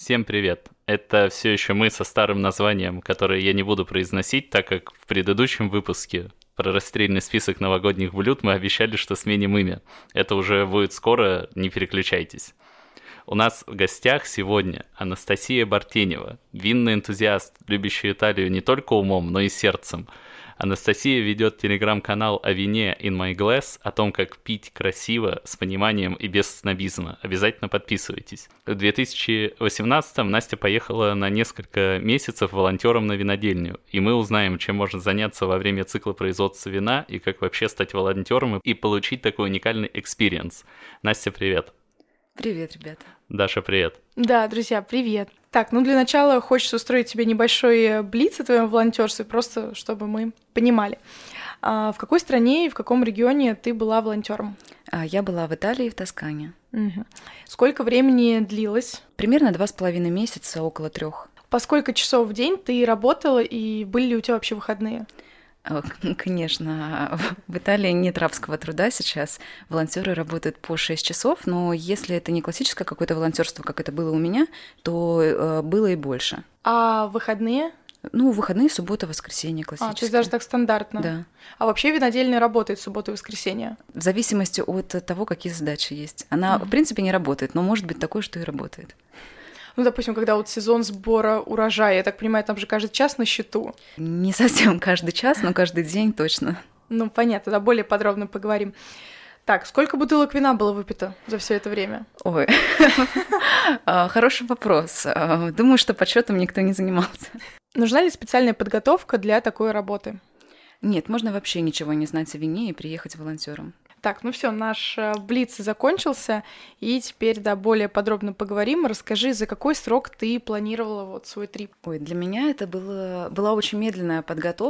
Всем привет! Это все еще мы со старым названием, которое я не буду произносить, так как в предыдущем выпуске про расстрельный список новогодних блюд мы обещали, что сменим имя. Это уже будет скоро, не переключайтесь. У нас в гостях сегодня Анастасия Бартенева, винный энтузиаст, любящий Италию не только умом, но и сердцем. Анастасия ведет телеграм-канал о вине In My Glass, о том, как пить красиво, с пониманием и без снобизма. Обязательно подписывайтесь. В 2018-м Настя поехала на несколько месяцев волонтером на винодельню, и мы узнаем, чем можно заняться во время цикла производства вина и как вообще стать волонтером и получить такой уникальный экспириенс. Настя, привет. Привет, ребята. Даша, привет. Да, друзья, привет. Так, для начала хочется устроить тебе небольшой блиц о твоем волонтерстве, просто чтобы мы понимали. В какой стране и в каком регионе ты была волонтером? Я была в Италии, в Тоскане. Угу. Сколько времени длилось? Примерно 2,5 месяца, около 3. По сколько часов в день ты работала и были ли у тебя вообще выходные? Конечно, в Италии нет рабского труда сейчас. Волонтеры работают по 6 часов, но если это не классическое какое-то волонтерство, как это было у меня, то было и больше. А выходные? Выходные, суббота, воскресенье классические. То есть даже так стандартно? Да. А вообще винодельня работает в субботу и воскресенье? В зависимости от того, какие задачи есть. Она, в принципе, не работает, но может быть такое, что и работает. Допустим, когда сезон сбора урожая, я так понимаю, там же каждый час на счету. Не совсем каждый час, но каждый день точно. Понятно, да, более подробно поговорим. Так, сколько бутылок вина было выпито за все это время? Ой, хороший вопрос. Думаю, что подсчетом никто не занимался. Нужна ли специальная подготовка для такой работы? Нет, можно вообще ничего не знать о вине и приехать волонтером. Так, все, наш блиц закончился, и теперь, более подробно поговорим. Расскажи, за какой срок ты планировала свой трип? Для меня это была очень медленная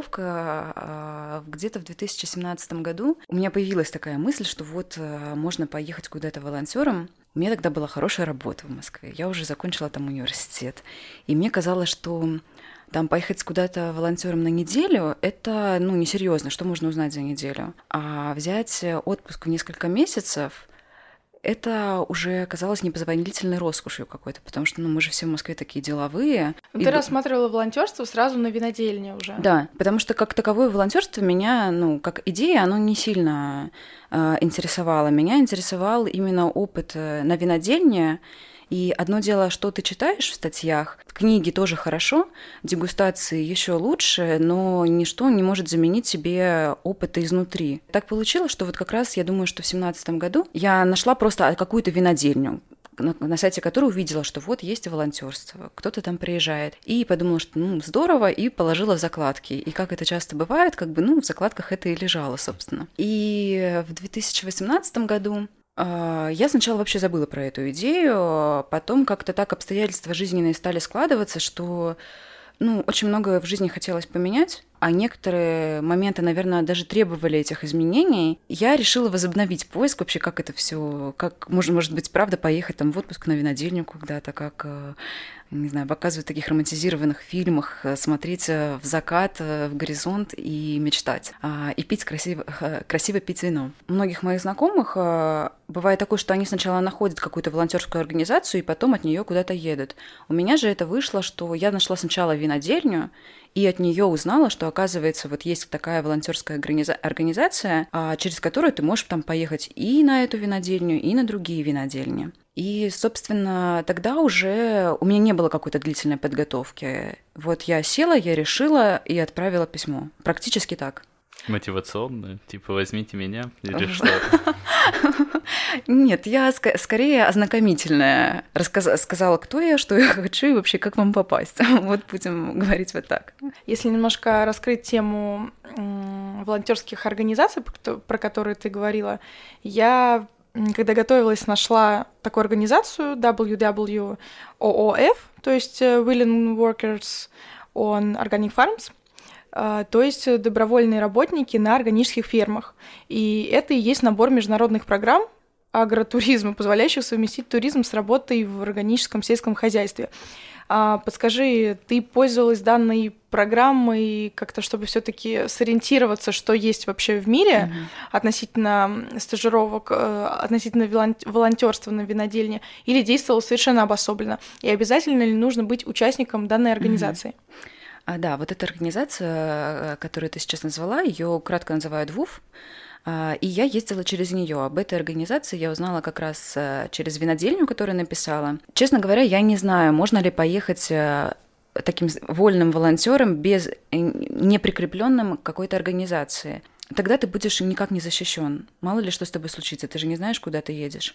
подготовка. Где-то в 2017 году у меня появилась такая мысль, что можно поехать куда-то волонтером. У меня тогда была хорошая работа в Москве. Я уже закончила там университет. И мне казалось, что там поехать куда-то волонтером на неделю – это, несерьезно, что можно узнать за неделю. А взять отпуск в несколько месяцев – это уже казалось непозволительной роскошью какой-то, потому что, мы же все в Москве такие деловые. Ты рассматривала волонтерство сразу на винодельне уже? Да, потому что как таковое волонтерство меня, как идея, оно не сильно интересовало. Меня интересовал именно опыт на винодельне. И одно дело, что ты читаешь в статьях, книги тоже хорошо, дегустации еще лучше, но ничто не может заменить себе опыта изнутри. Так получилось, что как раз я думаю, что в 2017 году я нашла просто какую-то винодельню, на сайте которой увидела, что есть волонтерство, кто-то там приезжает. И подумала, что здорово, и положила в закладки. И как это часто бывает, в закладках это и лежало, собственно. И в 2018 году я сначала вообще забыла про эту идею, потом как-то так обстоятельства жизненные стали складываться, что очень многое в жизни хотелось поменять, а некоторые моменты, наверное, даже требовали этих изменений. Я решила возобновить поиск вообще, как это все, как может быть, правда, поехать в отпуск на винодельню когда-то, как, не знаю, показывают в таких романтизированных фильмах, смотреть в закат, в горизонт и мечтать, и пить красиво пить вино. У многих моих знакомых бывает такое, что они сначала находят какую-то волонтерскую организацию и потом от нее куда-то едут. У меня же это вышло, что я нашла сначала винодельню, и от нее узнала, что, оказывается, есть такая волонтерская организация, через которую ты можешь там поехать и на эту винодельню, и на другие винодельни. И, собственно, тогда уже у меня не было какой-то длительной подготовки. Я села, я решила и отправила письмо. Практически так. Мотивационное? Типа «возьмите меня» или что? Нет, я скорее ознакомительная. Сказала, кто я, что я хочу и вообще как вам попасть. Будем говорить так. Если немножко раскрыть тему волонтерских организаций, про которые ты говорила, я, когда готовилась, нашла такую организацию WWOOF, то есть Willing Workers on Organic Farms, то есть добровольные работники на органических фермах. И это и есть набор международных программ агротуризма, позволяющих совместить туризм с работой в органическом сельском хозяйстве. Подскажи, ты пользовалась данной программой как-то, чтобы все-таки сориентироваться, что есть вообще в мире относительно стажировок, относительно волонтерства на винодельне, или действовала совершенно обособленно? И обязательно ли нужно быть участником данной организации? Да, вот эта организация, которую ты сейчас назвала, ее кратко называют ВУФ, и я ездила через нее. Об этой организации я узнала как раз через винодельню, которую написала. Честно говоря, я не знаю, можно ли поехать таким вольным волонтером без неприкрепленным к какой-то организации. Тогда ты будешь никак не защищен. Мало ли что с тобой случится, ты же не знаешь, куда ты едешь.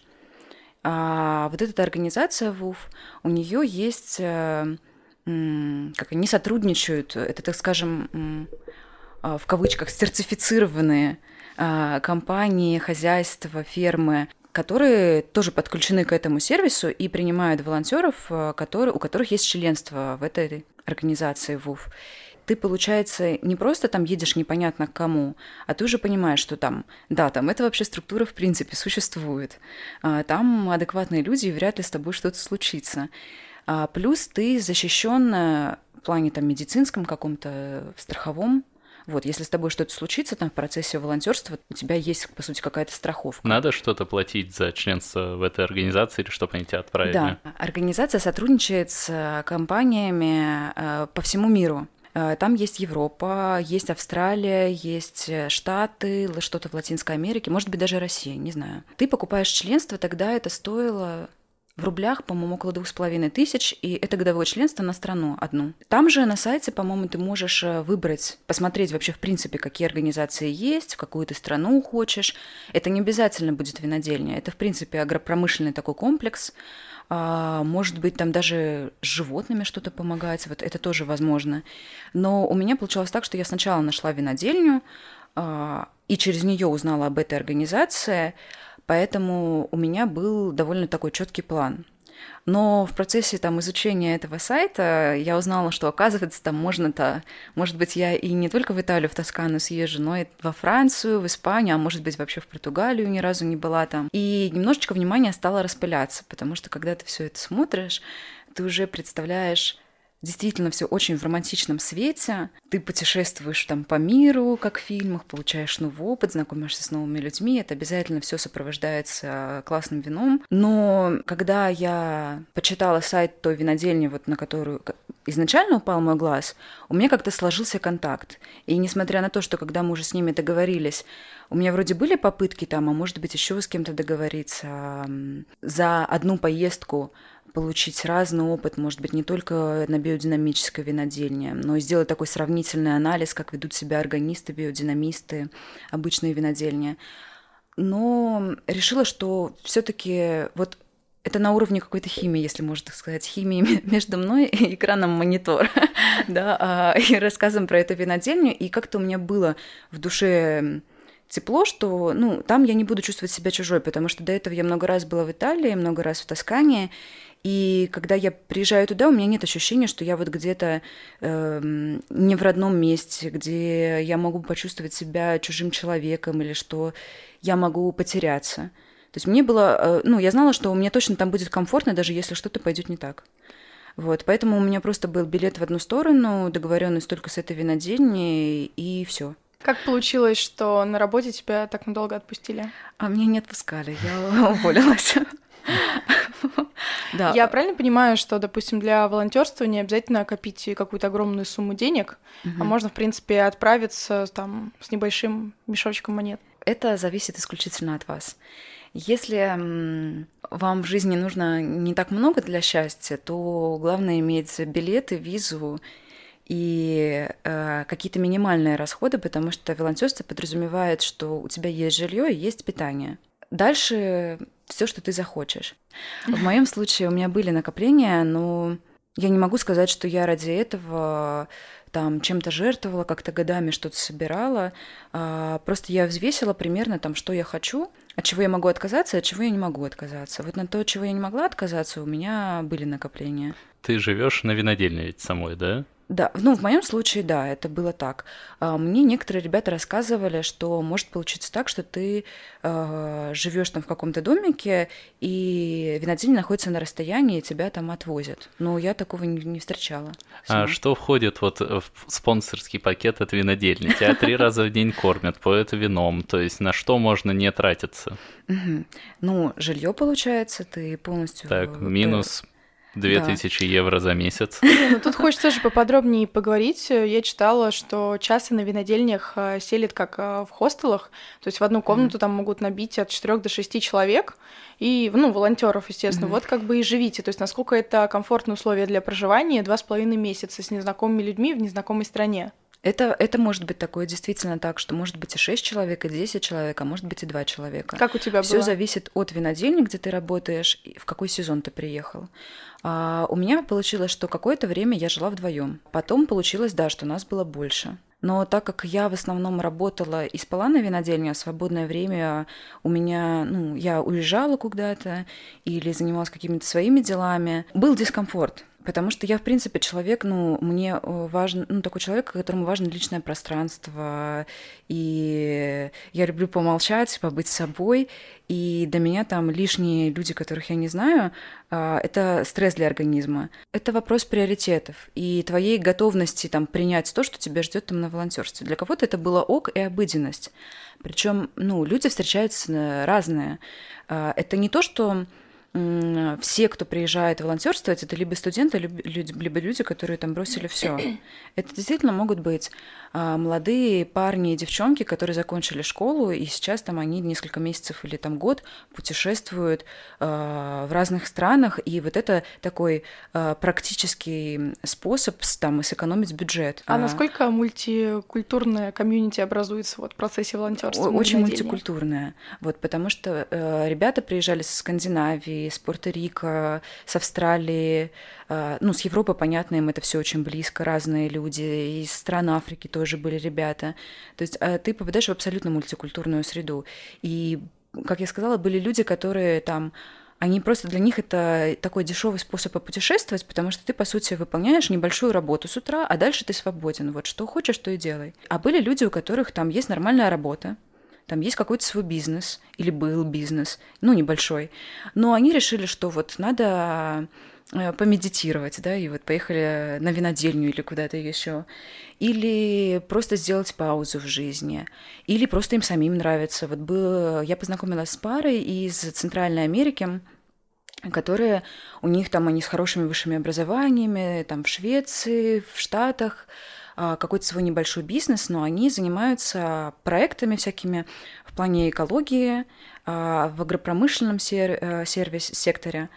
А вот эта организация ВУФ, у нее есть, как они сотрудничают, это, так скажем, в кавычках, сертифицированные компании, хозяйства, фермы, которые тоже подключены к этому сервису и принимают волонтеров, у которых есть членство в этой организации ВУФ. Ты, получается, не просто там едешь непонятно к кому, а ты уже понимаешь, что там, да, там эта вообще структура в принципе существует. Там адекватные люди, и вряд ли с тобой что-то случится. Плюс ты защищен в плане там медицинском каком-то, в страховом. Вот, если с тобой что-то случится там в процессе волонтерства, у тебя есть, по сути, какая-то страховка. Надо что-то платить за членство в этой организации или чтобы они тебя отправили? Да, организация сотрудничает с компаниями по всему миру. Там есть Европа, есть Австралия, есть Штаты, что-то в Латинской Америке, может быть, даже Россия, не знаю. Ты покупаешь членство, тогда это стоило... В рублях, по-моему, около 2500, и это годовое членство на страну одну. Там же на сайте, по-моему, ты можешь выбрать, посмотреть вообще в принципе, какие организации есть, в какую ты страну хочешь. Это не обязательно будет винодельня, это, в принципе, агропромышленный такой комплекс. Может быть, там даже с животными что-то помогать, вот это тоже возможно. Но у меня получилось так, что я сначала нашла винодельню, и через нее узнала об этой организации. Поэтому у меня был довольно такой четкий план. Но в процессе там изучения этого сайта я узнала, что, оказывается, там можно-то, может быть, я и не только в Италию, в Тоскану съезжу, но и во Францию, в Испанию, а может быть, вообще в Португалию ни разу не была там. И немножечко внимание стало распыляться, потому что, когда ты все это смотришь, ты уже представляешь действительно все очень в романтичном свете. Ты путешествуешь там по миру, как в фильмах, получаешь новый опыт, знакомишься с новыми людьми. Это обязательно все сопровождается классным вином. Но когда я почитала сайт той винодельни, вот на которую изначально упал мой глаз, у меня как-то сложился контакт. И несмотря на то, что когда мы уже с ними договорились, у меня вроде были попытки там, а может быть, еще с кем-то договориться за одну поездку, получить разный опыт, может быть, не только на биодинамической винодельне, но и сделать такой сравнительный анализ, как ведут себя органисты, биодинамисты, обычные винодельни. Но решила, что все-таки вот это на уровне какой-то химии, если можно так сказать, химии между мной и экраном монитора, да, и рассказом про эту винодельню. И как-то у меня было в душе тепло, что, там я не буду чувствовать себя чужой, потому что до этого я много раз была в Италии, много раз в Тоскане, и когда я приезжаю туда, у меня нет ощущения, что я вот где-то не в родном месте, где я могу почувствовать себя чужим человеком или что я могу потеряться. То есть мне было, я знала, что мне точно там будет комфортно, даже если что-то пойдет не так. Вот, поэтому у меня просто был билет в одну сторону, договоренность только с этой винодельней, и все. Как получилось, что на работе тебя так надолго отпустили? А меня не отпускали, я уволилась. Да. Я правильно понимаю, что, допустим, для волонтерства не обязательно копить какую-то огромную сумму денег, а можно, в принципе, отправиться там с небольшим мешочком монет? Это зависит исключительно от вас. Если вам в жизни нужно не так много для счастья, то главное иметь билеты, визу и какие-то минимальные расходы, потому что волонтерство подразумевает, что у тебя есть жилье и есть питание. Дальше все, что ты захочешь. В моем случае у меня были накопления, но я не могу сказать, что я ради этого там чем-то жертвовала, как-то годами что-то собирала. Просто я взвесила примерно там, что я хочу, от чего я могу отказаться, от чего я не могу отказаться. Вот на то, от чего я не могла отказаться, у меня были накопления. Ты живешь на винодельне ведь самой, да? Да, в моем случае, да, это было так. Мне некоторые ребята рассказывали, что может получиться так, что ты живешь там в каком-то домике, и винодельня находится на расстоянии, и тебя там отвозят. Но я такого не встречала. А что входит вот в спонсорский пакет от винодельни? Тебя 3 раза в день кормят, поют вином, то есть на что можно не тратиться? Ну, жилье получается, ты полностью... Так, минус 2000 евро за месяц. Ну, тут хочется же поподробнее поговорить. Я читала, что часто на винодельнях селят как в хостелах, то есть в одну комнату там могут набить от 4 до 6 человек, и, волонтеров, естественно. Вот как бы и живите. То есть насколько это комфортные условия для проживания 2,5 месяца с незнакомыми людьми в незнакомой стране. Это может быть такое действительно так, что может быть и 6 человек, и 10 человек, а может быть и 2 человека. Как у тебя было? Все зависит от винодельни, где ты работаешь, и в какой сезон ты приехал. У меня получилось, что какое-то время я жила вдвоем. Потом получилось, да, что нас было больше. Но так как я в основном работала и спала на винодельне, а свободное время у меня, я уезжала куда-то или занималась какими-то своими делами, был дискомфорт. Потому что я, в принципе, человек, мне важен, такой человек, которому важно личное пространство, и я люблю помолчать, побыть собой, и для меня там лишние люди, которых я не знаю, это стресс для организма. Это вопрос приоритетов и твоей готовности там принять то, что тебя ждет там на волонтерстве. Для кого-то это было ок и обыденность. Причем, люди встречаются разные. Это не то, что все, кто приезжает волонтерствовать, это либо студенты, либо люди, которые там бросили все. Это действительно могут быть молодые парни и девчонки, которые закончили школу, и сейчас там они несколько месяцев или там год путешествуют в разных странах, и вот это такой практический способ там сэкономить бюджет. А насколько мультикультурное комьюнити образуется в процессе волонтерства? Очень мультикультурное, потому что ребята приезжали со Скандинавии, с Пуэрто-Рико, с Австралии, с Европы, понятно, им это все очень близко, разные люди, из стран Африки тоже были ребята. То есть ты попадаешь в абсолютно мультикультурную среду. И, как я сказала, были люди, которые там, они просто для них это такой дешевый способ попутешествовать, потому что ты, по сути, выполняешь небольшую работу с утра, а дальше ты свободен. Вот что хочешь, то и делай. А были люди, у которых там есть нормальная работа, там есть какой-то свой бизнес, или был бизнес, небольшой. Но они решили, что вот надо помедитировать, да, и вот поехали на винодельню или куда-то еще. Или просто сделать паузу в жизни. Или просто им самим нравится. Я познакомилась с парой из Центральной Америки, которые у них там, они с хорошими высшими образованиями, там в Швеции, в Штатах, какой-то свой небольшой бизнес, но они занимаются проектами всякими в плане экологии, в агропромышленном секторе.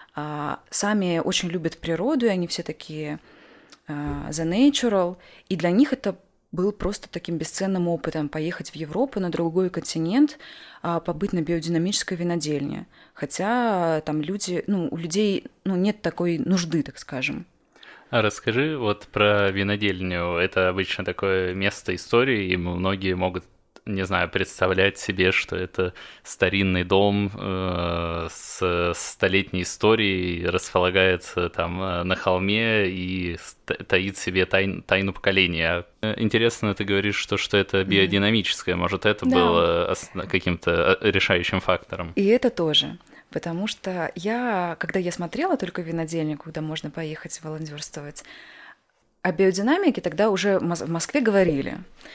Сами очень любят природу, и они все такие the natural, и для них это был просто таким бесценным опытом поехать в Европу, на другой континент, побыть на биодинамической винодельне. Хотя там у людей нет такой нужды, так скажем. А расскажи вот про винодельню. Это обычно такое место истории, и многие могут, не знаю, представлять себе, что это старинный дом с столетней историей, располагается там на холме и таит в себе тайну поколения. Интересно, ты говоришь, что это биодинамическое. Может, это было каким-то решающим фактором? И это тоже. Потому что когда я смотрела только винодельню, куда можно поехать волонтерствовать, о биодинамике тогда уже в Москве говорили.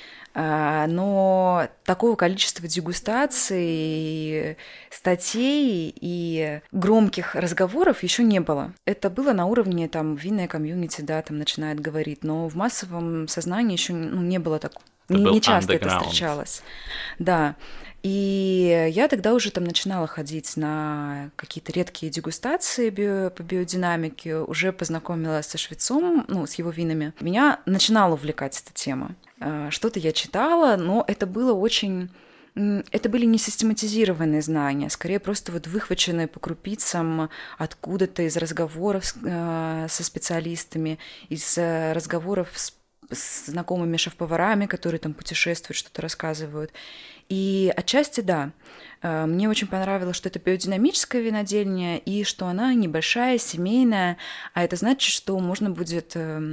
Но такого количества дегустаций, статей и громких разговоров еще не было. Это было на уровне там винной комьюнити, да, там начинает говорить, но в массовом сознании еще не было такого. Не часто это встречалось. Да. И я тогда уже там начинала ходить на какие-то редкие дегустации по биодинамике, уже познакомилась со швецом, с его винами. Меня начинала увлекать эта тема. Что-то я читала, но это было это были не систематизированные знания, скорее просто выхваченные по крупицам откуда-то из разговоров со специалистами, из разговоров с знакомыми шеф-поварами, которые там путешествуют, что-то рассказывают. И отчасти, да, мне очень понравилось, что это биодинамическая винодельня и что она небольшая, семейная, а это значит, что можно будет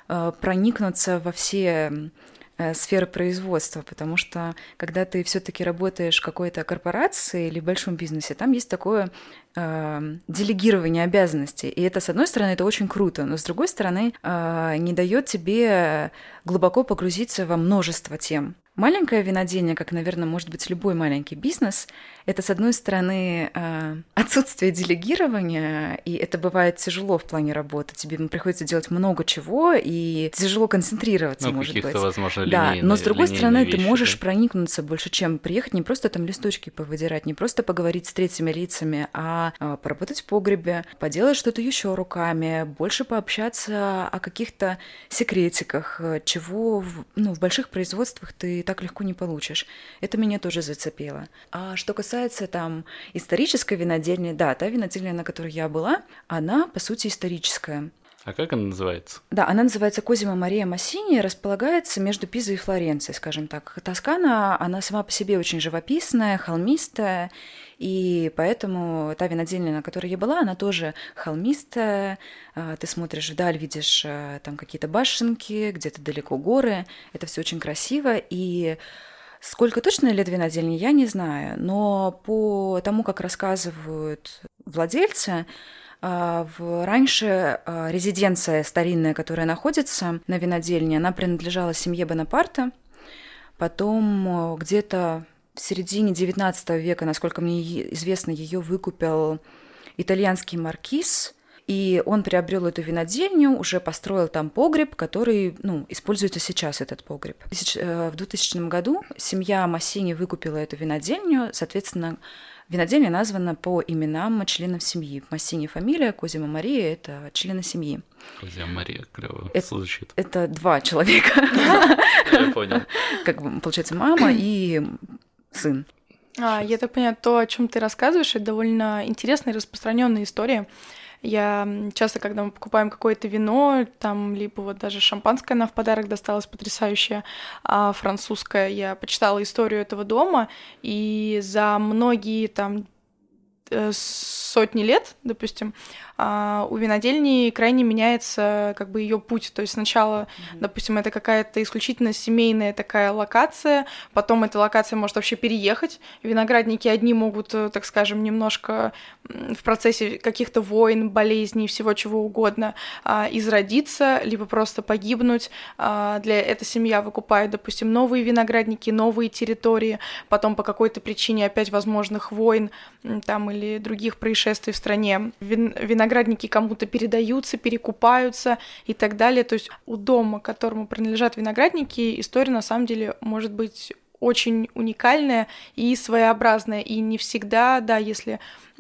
проникнуться во все сферы производства, потому что когда ты все-таки работаешь в какой-то корпорации или большом бизнесе, там есть такое делегирование обязанностей. И это, с одной стороны, это очень круто, но с другой стороны, не дает тебе глубоко погрузиться во множество тем. Маленькое винодельня, как, наверное, может быть любой маленький бизнес, это, с одной стороны, отсутствие делегирования, и это бывает тяжело в плане работы. Тебе приходится делать много чего, и тяжело концентрироваться, может быть. Возможно, да, но с другой стороны, вещи, ты можешь проникнуться больше, чем приехать, не просто там листочки повыдирать, не просто поговорить с третьими лицами, а поработать в погребе, поделать что-то еще руками, больше пообщаться о каких-то секретиках, чего в больших производствах ты так легко не получишь. Это меня тоже зацепило. А что касается там исторической винодельни, да, та винодельня, на которой я была, она, по сути, историческая. А как она называется? Да, она называется Козимо Мария Массини, располагается между Пизой и Флоренцией, скажем так. Тоскана, она сама по себе очень живописная, холмистая, и поэтому та винодельня, на которой я была, она тоже холмистая. Ты смотришь вдаль, видишь там какие-то башенки, где-то далеко горы. Это все очень красиво, и сколько точно лет винодельни, я не знаю, но по тому, как рассказывают владельцы, раньше резиденция старинная, которая находится на винодельне, она принадлежала семье Бонапарта. Потом где-то в середине XIX века, насколько мне известно, ее выкупил итальянский маркиз, и он приобрел эту винодельню, уже построил там погреб, который, используется сейчас, этот погреб. В 2000 году семья Массини выкупила эту винодельню, соответственно, винодельня названа по именам членов семьи. Массини фамилия, Козимо Мария – это члены семьи. Козимо Мария, клево звучит. Это два человека. Я понял. Как бы, получается, мама и сын. Я так понимаю, то, о чем ты рассказываешь, это довольно интересная и распространенная история. Я часто, когда мы покупаем какое-то вино, там, либо вот даже шампанское нам в подарок досталось потрясающее, французское, я почитала историю этого дома, и за многие там сотни лет, допустим, у винодельни крайне меняется как бы ее путь. То есть сначала, допустим, это какая-то исключительно семейная такая локация, потом эта локация может вообще переехать. Виноградники одни могут, так скажем, немножко в процессе каких-то войн, болезней, всего чего угодно изродиться, либо просто погибнуть. Эта семья выкупает, допустим, новые виноградники, новые территории, потом по какой-то причине опять возможных войн там, или других происшествий в стране. Виноградники кому-то передаются, перекупаются и так далее. То есть у дома, которому принадлежат виноградники, история на самом деле может быть очень уникальная и своеобразная. И не всегда, да, если,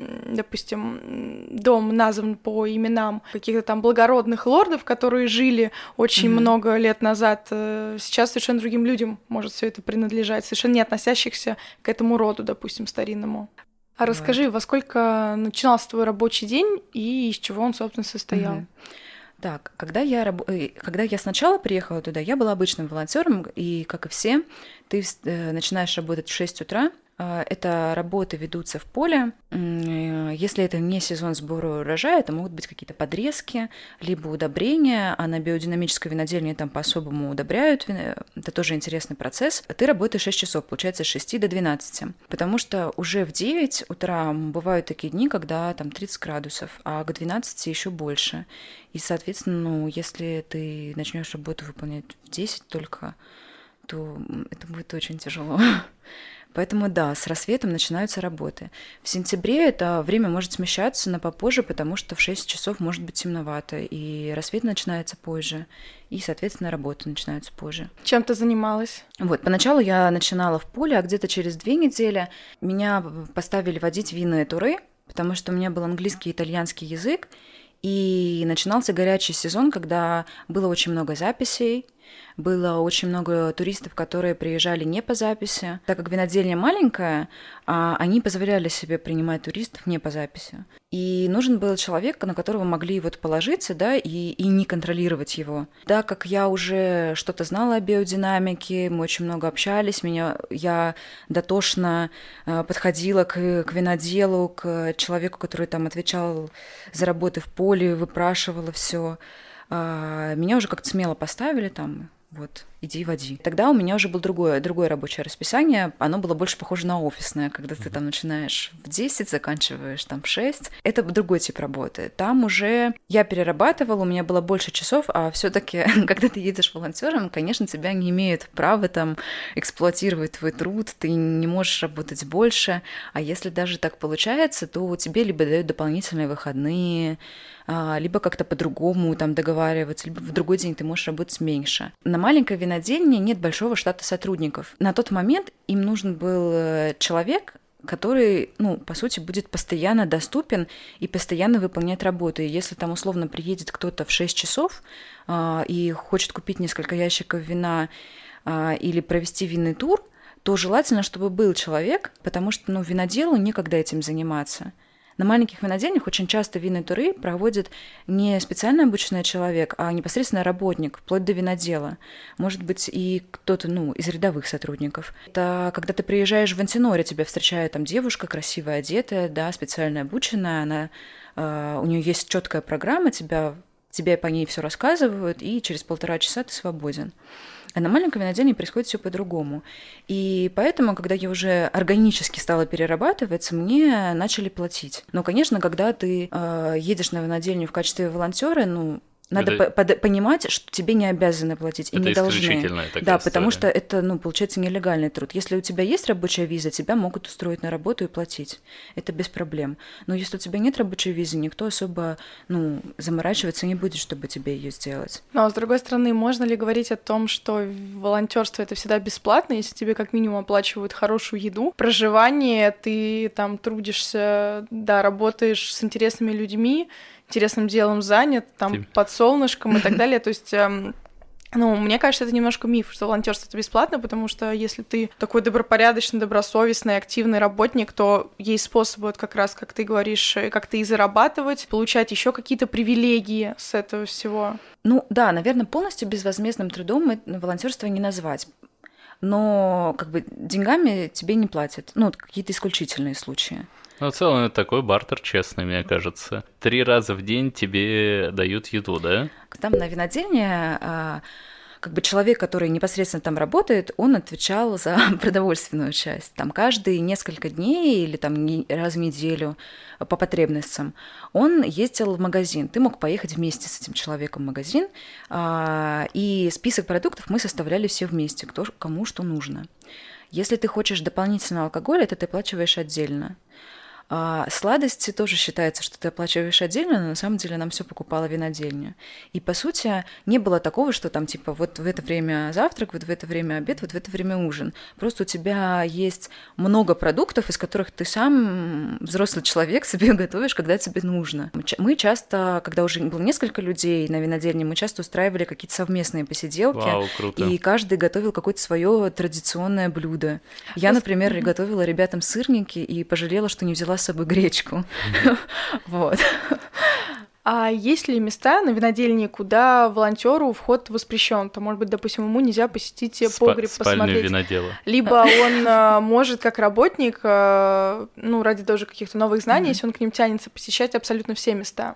допустим, дом назван по именам каких-то там благородных лордов, которые жили очень много лет назад, сейчас совершенно другим людям может все это принадлежать, совершенно не относящихся к этому роду, допустим, старинному. А расскажи, во сколько начинался твой рабочий день и из чего он, собственно, состоял? Так, когда я сначала приехала туда, я была обычным волонтером, и, как и все, ты начинаешь работать в 6 утра. Это работы ведутся в поле. Если это не сезон сбора урожая, это могут быть какие-то подрезки, либо удобрения, а на биодинамической винодельне там по-особому удобряют. Это тоже интересный процесс. Ты работаешь 6 часов, получается, с 6 до 12. Потому что уже в 9 утра бывают такие дни, когда там 30 градусов, а к 12 еще больше. И, соответственно, если ты начнешь работу выполнять в 10 только, то это будет очень тяжело. Поэтому да, с рассветом начинаются работы. В сентябре это время может смещаться на попозже, потому что в 6 часов может быть темновато, и рассвет начинается позже, и, соответственно, работы начинаются позже. Чем ты занималась? Поначалу я начинала в поле, а где-то через 2 недели меня поставили водить винные туры, потому что у меня был английский и итальянский язык, и начинался горячий сезон, когда было очень много записей, было очень много туристов, которые приезжали не по записи. Так как винодельня маленькая, они позволяли себе принимать туристов не по записи. И нужен был человек, на которого могли положиться, да, и не контролировать его. Так как я уже что-то знала о биодинамике, мы очень много общались, я дотошно подходила к виноделу, к человеку, который там отвечал за работы в поле, выпрашивала все. меня уже как-то смело поставили там, вот, иди води. Тогда у меня уже было другое рабочее расписание, оно было больше похоже на офисное, когда ты там начинаешь в 10, заканчиваешь там в 6. Это другой тип работы. Там уже я перерабатывала, у меня было больше часов, а все таки когда ты едешь волонтером, конечно, тебя не имеют права там эксплуатировать твой труд, ты не можешь работать больше, а если даже так получается, то тебе либо дают дополнительные выходные, либо как-то по-другому там договариваться, либо в другой день ты можешь работать меньше. На маленькой винодельне нет большого штата сотрудников. На тот момент им нужен был человек, который, по сути, будет постоянно доступен и постоянно выполнять работу. И если там условно приедет кто-то в 6 часов и хочет купить несколько ящиков вина или провести винный тур, то желательно, чтобы был человек, потому что виноделу некогда этим заниматься. На маленьких винодельнях очень часто винные туры проводит не специально обученный человек, а непосредственно работник, вплоть до винодела. Может быть, и кто-то, из рядовых сотрудников. Это когда ты приезжаешь в Антиноре, тебя встречает там девушка, красиво одетая, да, специально обученная, у нее есть четкая программа, тебе по ней все рассказывают, и через 1,5 часа ты свободен. А на маленьком винодельне происходит все по-другому. И поэтому, когда я уже органически стала перерабатываться, мне начали платить. Но, конечно, когда ты едешь на винодельню в качестве волонтера, надо понимать, что тебе не обязаны платить и это не должны. исключительная такая Да, история. потому что это, получается, нелегальный труд. Если у тебя есть рабочая виза, тебя могут устроить на работу и платить. Это без проблем. Но если у тебя нет рабочей визы, никто особо, заморачиваться не будет, чтобы тебе ее сделать. Но, с другой стороны, можно ли говорить о том, что волонтерство это всегда бесплатно, если тебе как минимум оплачивают хорошую еду, проживание, ты там трудишься, да, работаешь с интересными людьми, интересным делом занят, там, под солнышком и так далее. То есть, мне кажется, это немножко миф, что волонтерство это бесплатно, потому что если ты такой добропорядочный, добросовестный, активный работник, то есть способы, вот как раз, как ты говоришь, как-то и зарабатывать, получать еще какие-то привилегии с этого всего. Да, наверное, полностью безвозмездным трудом волонтерство не назвать. Но деньгами тебе не платят. Какие-то исключительные случаи. В целом, это такой бартер честный, мне кажется. 3 раза в день тебе дают еду, да? Там на винодельне человек, который непосредственно там работает, он отвечал за продовольственную часть. Там каждые несколько дней или там раз в неделю по потребностям он ездил в магазин. Ты мог поехать вместе с этим человеком в магазин, и список продуктов мы составляли все вместе, кому что нужно. Если ты хочешь дополнительного алкоголя, это ты оплачиваешь отдельно. Сладости тоже считается, что ты оплачиваешь отдельно, но на самом деле нам все покупала винодельня. И, по сути, не было такого, что там, вот в это время завтрак, вот в это время обед, вот в это время ужин. Просто у тебя есть много продуктов, из которых ты сам, взрослый человек, себе готовишь, когда тебе нужно. Мы часто, когда уже было несколько людей на винодельне, мы часто устраивали какие-то совместные посиделки. Вау, круто. И каждый готовил какое-то свое традиционное блюдо. Я, например, готовила ребятам сырники и пожалела, что не взяла с собой гречку. Вот. А есть ли места на винодельне, куда волонтеру вход воспрещен? То, может быть, допустим, ему нельзя посетить погреб, посмотреть. Винодела. Либо он может, как работник, ради тоже каких-то новых знаний, если он к ним тянется, посещать абсолютно все места.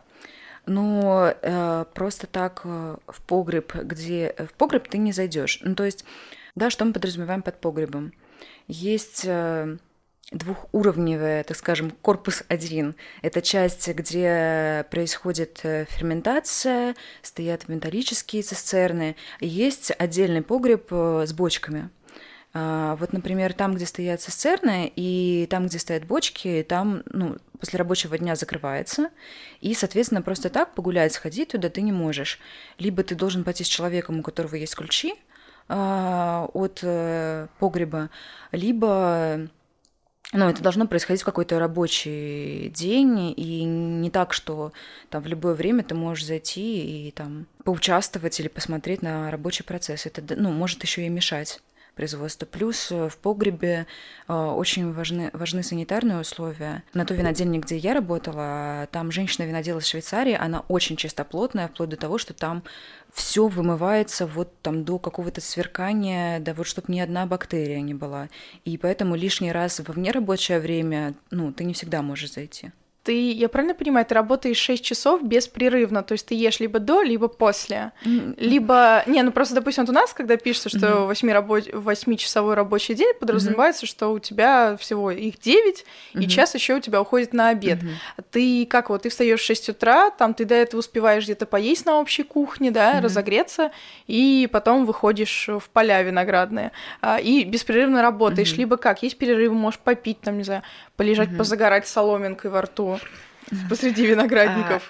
Просто так в погреб ты не зайдешь. То есть, да, что мы подразумеваем под погребом? Есть двухуровневая, так скажем, корпус 1. Это часть, где происходит ферментация, стоят металлические цистерны. И есть отдельный погреб с бочками. Вот, например, там, где стоят цистерны, и там, где стоят бочки, там, после рабочего дня закрывается, и, соответственно, просто так погулять, сходить туда ты не можешь. Либо ты должен пойти с человеком, у которого есть ключи от погреба, либо это должно происходить в какой-то рабочий день, и не так, что там в любое время ты можешь зайти и там поучаствовать или посмотреть на рабочий процесс. Это может еще и мешать производству. Плюс в погребе очень важны санитарные условия. На той винодельне, где я работала, там женщина-винодел из Швейцарии, она очень чистоплотная, вплоть до того, что там все вымывается вот там до какого-то сверкания, да вот чтобы ни одна бактерия не была. И поэтому лишний раз во внерабочее время, ты не всегда можешь зайти. я правильно понимаю, ты работаешь 6 часов беспрерывно, то есть ты ешь либо до, либо после, либо... просто, допустим, вот у нас, когда пишется, что 8-часовой рабочий день, подразумевается, что у тебя всего их 9, и час еще у тебя уходит на обед. Ты как вот, ты встаешь в 6 утра, там ты до этого успеваешь где-то поесть на общей кухне, да, разогреться, и потом выходишь в поля виноградные, и беспрерывно работаешь, либо как, есть перерывы, можешь попить, там, не знаю, полежать, позагорать соломинкой во рту посреди виноградников.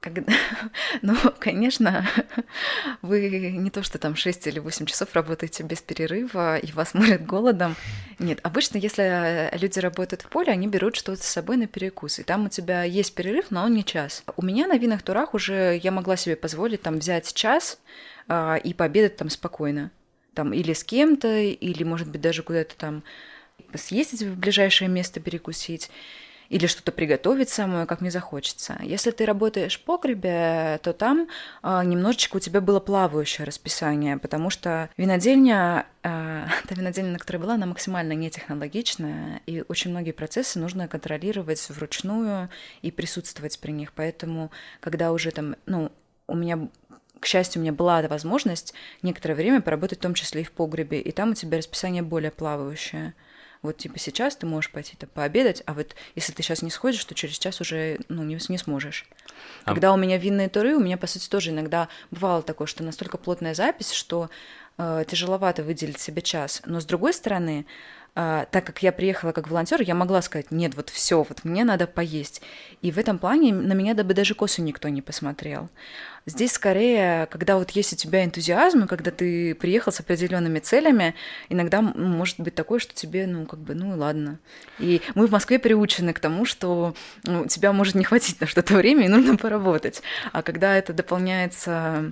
Ну, конечно, вы не то, что там 6 или 8 часов работаете без перерыва, и вас морят голодом. Нет, обычно, если люди работают в поле, они берут что-то с собой на перекус, и там у тебя есть перерыв, но он не час. У меня на винных турах уже я могла себе позволить там взять час и пообедать там спокойно. Там или с кем-то, или, может быть, даже куда-то там съездить в ближайшее место перекусить, или что-то приготовить самое, как мне захочется. Если ты работаешь в погребе, то там немножечко у тебя было плавающее расписание, потому что винодельня, та винодельня, на которой была, она максимально нетехнологичная, и очень многие процессы нужно контролировать вручную и присутствовать при них. Поэтому, когда уже там, у меня... К счастью, у меня была возможность некоторое время поработать, в том числе и в погребе, и там у тебя расписание более плавающее. Вот типа сейчас ты можешь пойти там пообедать, а вот если ты сейчас не сходишь, то через час уже не сможешь. Когда у меня винные туры, у меня, по сути, тоже иногда бывало такое, что настолько плотная запись, что тяжеловато выделить себе час. Но с другой стороны, так как я приехала как волонтер, я могла сказать: нет, вот все, вот мне надо поесть. И в этом плане на меня бы даже косо никто не посмотрел. Здесь скорее, когда вот есть у тебя энтузиазм, и когда ты приехал с определенными целями, иногда может быть такое, что тебе, ладно. И мы в Москве приучены к тому, что тебя может не хватить на что-то время, и нужно поработать. А когда это дополняется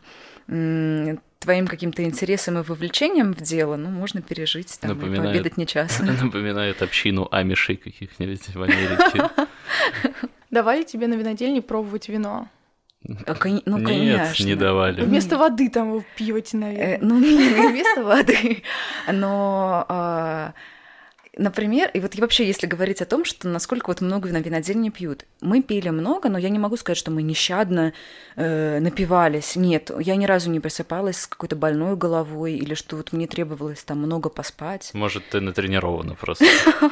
твоим каким-то интересом и вовлечением в дело, можно пережить там, и пообедать не час. Напоминает общину амишей каких-нибудь в Америке. Давали тебе на винодельне пробовать вино? Конечно. Нет, не давали. Вместо воды там вы пьете, наверное. Не вместо воды, но... Например, и вот вообще, если говорить о том, что насколько вот много на винодельне пьют. Мы пили много, но я не могу сказать, что мы нещадно напивались. Нет, я ни разу не просыпалась с какой-то больной головой или что вот мне требовалось там много поспать. Может, ты натренирована просто.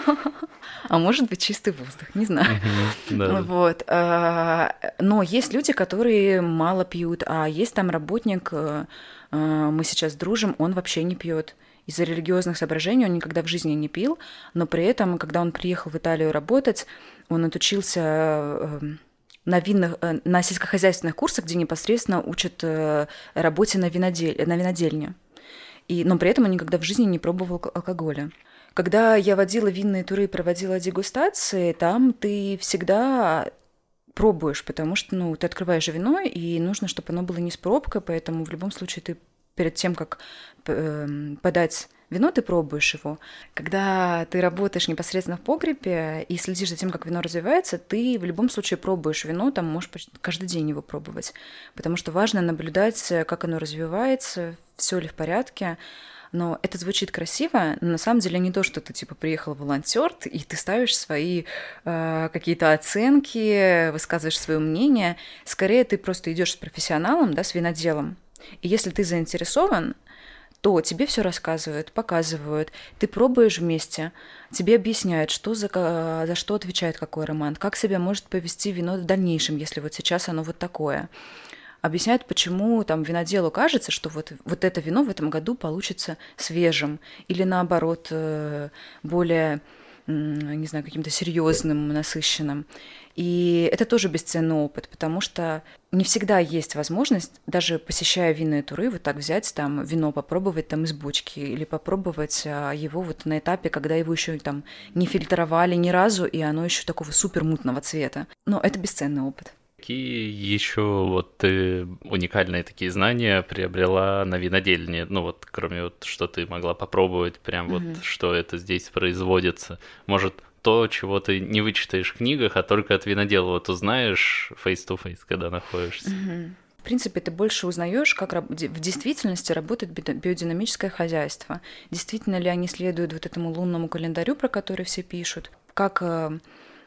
А может быть, чистый воздух, не знаю. Вот. Но есть люди, которые мало пьют, а есть там работник, мы сейчас дружим, он вообще не пьет. Из-за религиозных соображений он никогда в жизни не пил, но при этом, когда он приехал в Италию работать, он отучился на сельскохозяйственных курсах, где непосредственно учат работе на винодельне. Но при этом он никогда в жизни не пробовал алкоголя. Когда я водила винные туры и проводила дегустации, там ты всегда пробуешь, потому что ты открываешь вино, и нужно, чтобы оно было не с пробкой, поэтому в любом случае ты перед тем, как подать вино, ты пробуешь его. Когда ты работаешь непосредственно в погребе и следишь за тем, как вино развивается, ты в любом случае пробуешь вино, там можешь каждый день его пробовать, потому что важно наблюдать, как оно развивается, все ли в порядке. Но это звучит красиво, но на самом деле не то, что ты типа приехал волонтер, и ты ставишь свои какие-то оценки, высказываешь свое мнение. Скорее, ты просто идешь с профессионалом, да, с виноделом. И если ты заинтересован, то тебе все рассказывают, показывают, ты пробуешь вместе, тебе объясняют, что за что отвечает какой аромат, как себя может повести вино в дальнейшем, если вот сейчас оно вот такое. Объясняют, почему там виноделу кажется, что вот это вино в этом году получится свежим или наоборот более, не знаю, каким-то серьезным, насыщенным. И это тоже бесценный опыт, потому что не всегда есть возможность, даже посещая винные туры, вот так взять там вино, попробовать там из бочки или попробовать его вот на этапе, когда его еще там не фильтровали ни разу, и оно еще такого супер мутного цвета. Но это бесценный опыт. Какие еще вот ты уникальные такие знания приобрела на винодельне? Кроме что ты могла попробовать, прям что это здесь производится. Может, то, чего ты не вычитаешь в книгах, а только от винодела узнаешь face-to-face, когда находишься. В принципе, ты больше узнаешь, как в действительности работает биодинамическое хозяйство. Действительно ли они следуют вот этому лунному календарю, про который все пишут, как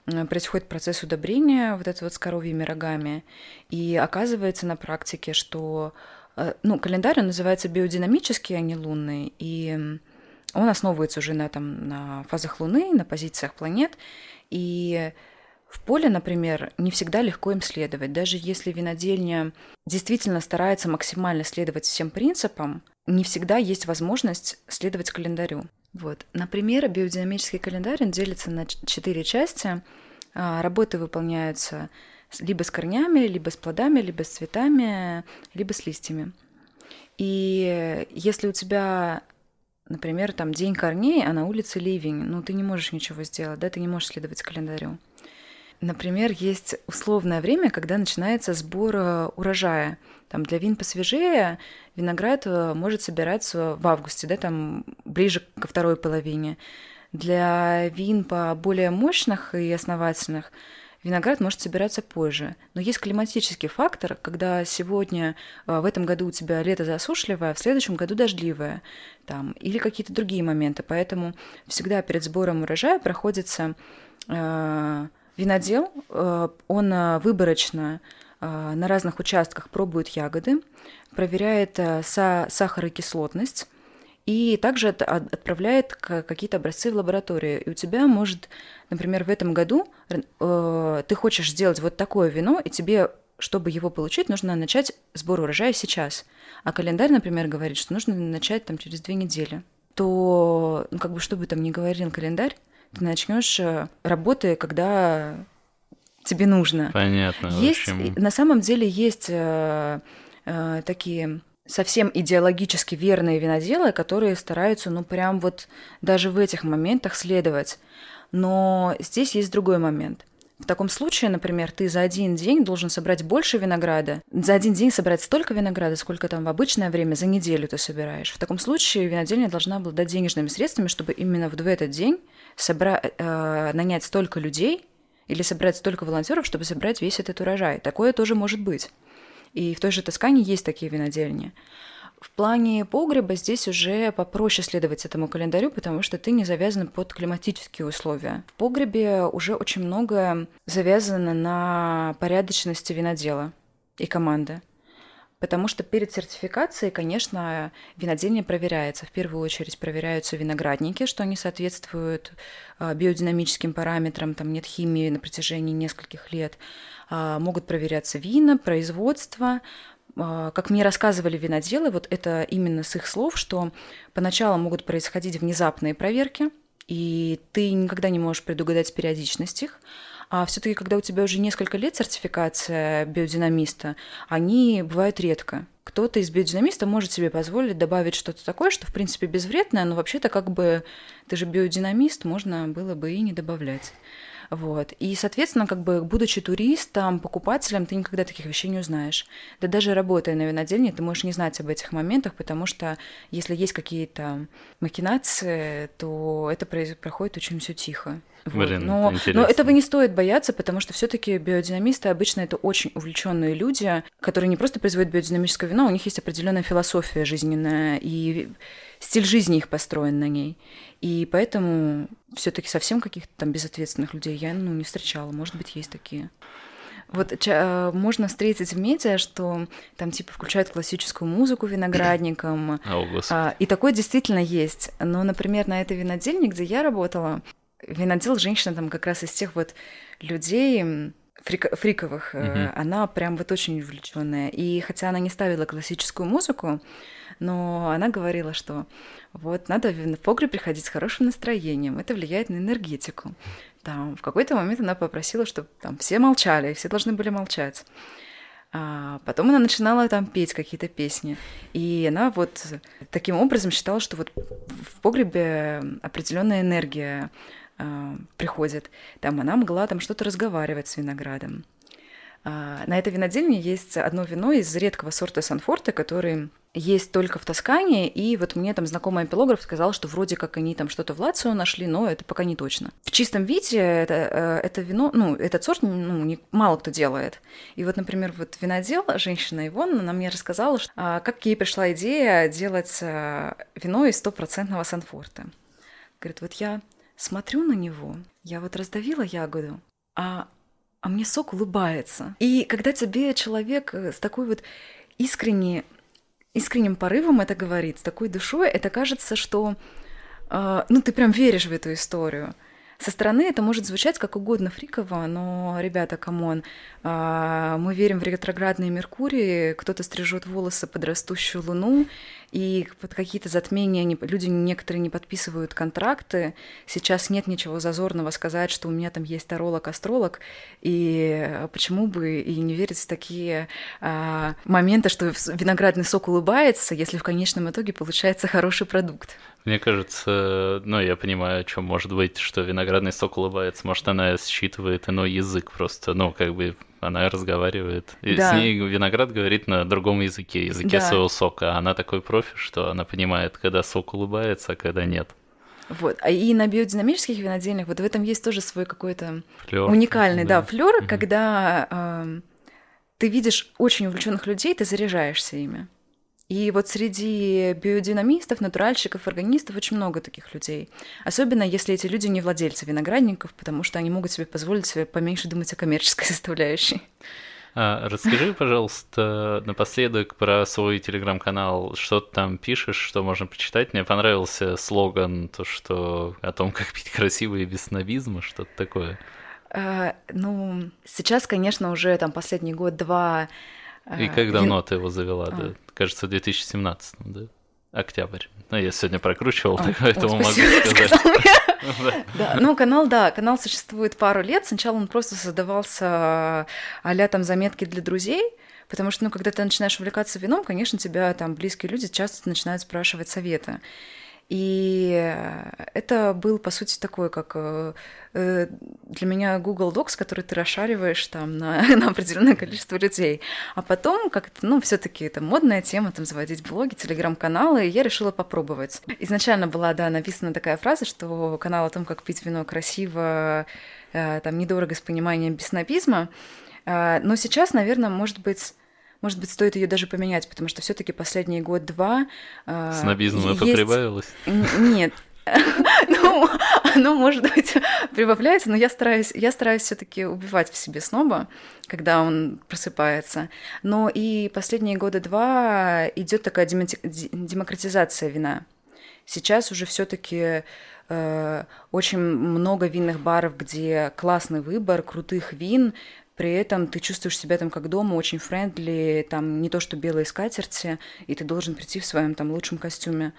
происходит процесс удобрения вот это вот с коровьими рогами. И оказывается на практике, что календарь, он называется биодинамический, а не лунный, и он основывается уже на фазах Луны, на позициях планет, и в поле, например, не всегда легко им следовать. Даже если винодельня действительно старается максимально следовать всем принципам, не всегда есть возможность следовать календарю. Вот. Например, биодинамический календарь, он делится на 4 части. Работы выполняются либо с корнями, либо с плодами, либо с цветами, либо с листьями. И если у тебя, например, там день корней, а на улице ливень, ты не можешь ничего сделать, да, ты не можешь следовать календарю. Например, есть условное время, когда начинается сбор урожая. Там для вин посвежее виноград может собираться в августе, да, там ближе ко второй половине. Для вин более мощных и основательных виноград может собираться позже. Но есть климатический фактор, когда сегодня, в этом году у тебя лето засушливое, а в следующем году дождливое, или какие-то другие моменты. Поэтому всегда перед сбором урожая проходится винодел, он выборочно на разных участках пробует ягоды, проверяет сахарокислотность и также отправляет какие-то образцы в лабораторию. И у тебя может, например, в этом году ты хочешь сделать вот такое вино, и тебе, чтобы его получить, нужно начать сбор урожая сейчас. А календарь, например, говорит, что нужно начать через 2 недели. То, что бы там ни говорил календарь, ты начнешь работы, когда тебе нужно. Понятно. На самом деле есть такие совсем идеологически верные виноделы, которые стараются, прям вот даже в этих моментах следовать. Но здесь есть другой момент. В таком случае, например, ты за один день должен собрать больше винограда, за один день собрать столько винограда, сколько в обычное время за неделю ты собираешь. В таком случае винодельня должна обладать денежными средствами, чтобы именно в этот день нанять столько людей или собрать столько волонтеров, чтобы собрать весь этот урожай. Такое тоже может быть. И в той же Тоскане есть такие винодельни. В плане погреба здесь уже попроще следовать этому календарю, потому что ты не завязан под климатические условия. В погребе уже очень многое завязано на порядочности винодела и команды. Потому что перед сертификацией, конечно, винодельня проверяется. В первую очередь проверяются виноградники, что они соответствуют биодинамическим параметрам, там нет химии на протяжении нескольких лет. Могут проверяться вина, производство. Как мне рассказывали виноделы, вот это именно с их слов, что поначалу могут происходить внезапные проверки, и ты никогда не можешь предугадать периодичность их. А все-таки, когда у тебя уже несколько лет сертификация биодинамиста, они бывают редко. Кто-то из биодинамиста может себе позволить добавить что-то такое, что, в принципе, безвредное, но вообще-то ты же биодинамист, можно было бы и не добавлять. Вот. И, соответственно, будучи туристом, покупателем, ты никогда таких вещей не узнаешь. Да даже работая на винодельне, ты можешь не знать об этих моментах, потому что если есть какие-то махинации, то это проходит очень все тихо. Вот. Блин, но этого не стоит бояться, потому что все-таки биодинамисты обычно это очень увлеченные люди, которые не просто производят биодинамическое вино, у них есть определенная философия жизненная, и стиль жизни их построен на ней. И поэтому все-таки совсем каких-то безответственных людей я не встречала. Может быть, есть такие. Вот можно встретить в медиа, что там включают классическую музыку виноградникам. И такое действительно есть. Но, например, на этой винодельне, где я работала, винодел женщина там как раз из тех людей фриковых, она прям очень увлеченная. И хотя она не ставила классическую музыку, но она говорила, что надо в погреб приходить с хорошим настроением, это влияет на энергетику. В какой-то момент она попросила, чтобы все молчали, все должны были молчать. А потом она начинала петь какие-то песни. И она таким образом считала, что в погребе определенная энергия приходит. Она могла что-то разговаривать с виноградом. На этой винодельне есть одно вино из редкого сорта Санфорте, который есть только в Тоскане, и мне знакомый эпилограф сказал, что вроде как они что-то в Лацио нашли, но это пока не точно. В чистом виде это вино, этот сорт мало кто делает. И например, винодел, женщина Ивонна, она мне рассказала, как ей пришла идея делать вино из 100% Санфорте. Говорит, я смотрю на него, я раздавила ягоду, а мне сок улыбается. И когда тебе человек с такой вот искренним порывом это говорит, с такой душой, это кажется, что ты прям веришь в эту историю. Со стороны это может звучать как угодно фриково, но, ребята, камон, мы верим в ретроградные Меркурии, кто-то стрижет волосы под растущую луну, и под какие-то затмения люди некоторые не подписывают контракты. Сейчас нет ничего зазорного сказать, что у меня там есть таролог-астролог, и почему бы и не верить в такие моменты, что виноградный сок улыбается, если в конечном итоге получается хороший продукт. Мне кажется, я понимаю, о чем может быть, что виноградный сок улыбается. Может, она считывает иной язык просто, она разговаривает. И да. С ней виноград говорит на другом языке своего сока. А она такой профи, что она понимает, когда сок улыбается, а когда нет. Вот. И на биодинамических винодельнях вот в этом есть тоже свой какой-то флёр, уникальный флёр, когда ты видишь очень увлеченных людей, ты заряжаешься ими. И вот среди биодинамистов, натуральщиков, органистов очень много таких людей. Особенно если эти люди не владельцы виноградников, потому что они могут себе позволить поменьше думать о коммерческой составляющей. Расскажи, пожалуйста, напоследок про свой телеграм-канал. Что ты там пишешь, что можно почитать? Мне понравился слоган, о том, как пить красиво и без снобизма, что-то такое. Сейчас, конечно, уже там последний год-два. И как давно ты его завела? Да? Кажется, в 2017, да? Октябрь. Я сегодня прокручивал, поэтому могу сказать. Канал существует пару лет. Сначала он просто создавался а-ля там заметки для друзей, потому что, когда ты начинаешь увлекаться вином, конечно, тебя там близкие люди часто начинают спрашивать советы. И это был, по сути, такой, как для меня Google Docs, который ты расшариваешь там на определенное количество людей. А потом как-то, все-таки это модная тема, там, заводить блоги, телеграм-каналы, и я решила попробовать. Изначально была, написана такая фраза, что канал о том, как пить вино красиво, там, недорого, с пониманием, без снобизма. Но сейчас, наверное, может быть, стоит ее даже поменять, потому что все-таки последний год-два... Снобизм это прибавилось? Нет. Оно, может быть, прибавляется, но я стараюсь все-таки убивать в себе сноба, когда он просыпается. Но и последние года-два идет такая демократизация вина. Сейчас уже все-таки очень много винных баров, где классный выбор крутых вин. При этом ты чувствуешь себя там как дома, очень френдли, там не то что белые скатерти, и ты должен прийти в своем там лучшем костюме.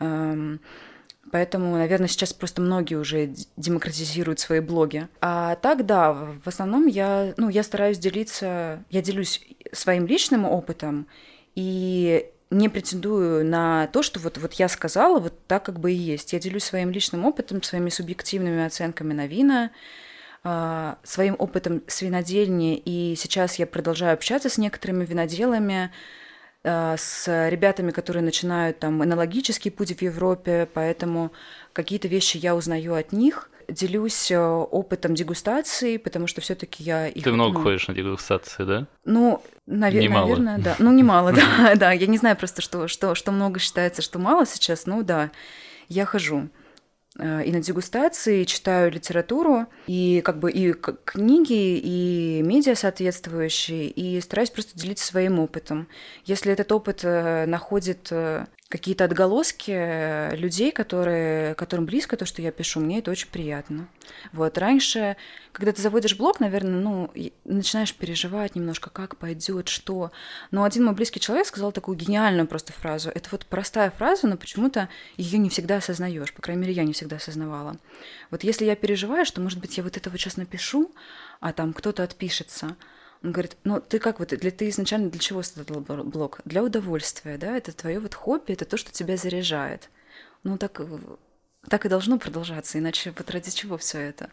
Поэтому, наверное, сейчас просто многие уже демократизируют свои блоги. А так, в основном я стараюсь делюсь своим личным опытом и не претендую на то, что вот я сказала, вот так как бы и есть. Я делюсь своим личным опытом, своими субъективными оценками на вина, своим опытом с винодельни, и сейчас я продолжаю общаться с некоторыми виноделами, с ребятами, которые начинают там энологический путь в Европе, поэтому какие-то вещи я узнаю от них, делюсь опытом дегустации, потому что все-таки я их... Ты много ходишь на дегустации, да? Наверное, да. Немало, да. Я не знаю просто, что много считается, что мало сейчас, я хожу и на дегустации, читаю литературу, и и книги, и медиа соответствующие, и стараюсь просто делиться своим опытом. Если этот опыт находит какие-то отголоски людей, которым близко то, что я пишу, мне это очень приятно. Вот. Раньше, когда ты заводишь блог, наверное, начинаешь переживать немножко, как пойдет, что. Но один мой близкий человек сказал такую гениальную просто фразу. Это вот простая фраза, но почему-то ее не всегда осознаешь. По крайней мере, я не всегда осознавала. Вот если я переживаю, что, может быть, я вот это вот сейчас напишу, а там кто-то отпишется. Он говорит, ты как ты изначально для чего создал блог? Для удовольствия, да? Это твое вот хобби, это то, что тебя заряжает. Так и должно продолжаться, иначе вот ради чего все это?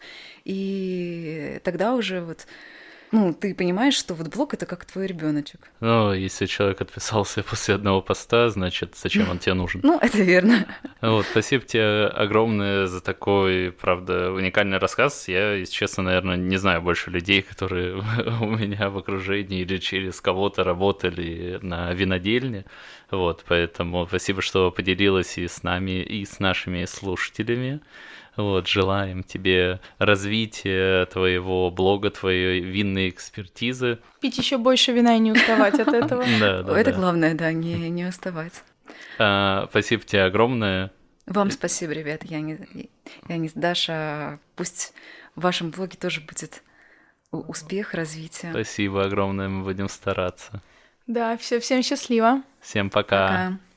И тогда уже ты понимаешь, что вот блог — это как твой ребеночек. Если человек отписался после одного поста, значит, зачем он тебе нужен? Это верно. Спасибо тебе огромное за такой, правда, уникальный рассказ. Я, если честно, наверное, не знаю больше людей, которые у меня в окружении или через кого-то работали на винодельне. Поэтому спасибо, что поделилась и с нами, и с нашими слушателями. Вот, желаем тебе развития твоего блога, твоей винной экспертизы. Пить еще больше вина и не уставать от этого. Это главное, да, не уставать. Спасибо тебе огромное. Вам спасибо, ребята. Даша, пусть в вашем блоге тоже будет успех, развитие. Спасибо огромное, мы будем стараться. Да, всем счастливо. Всем пока. Пока.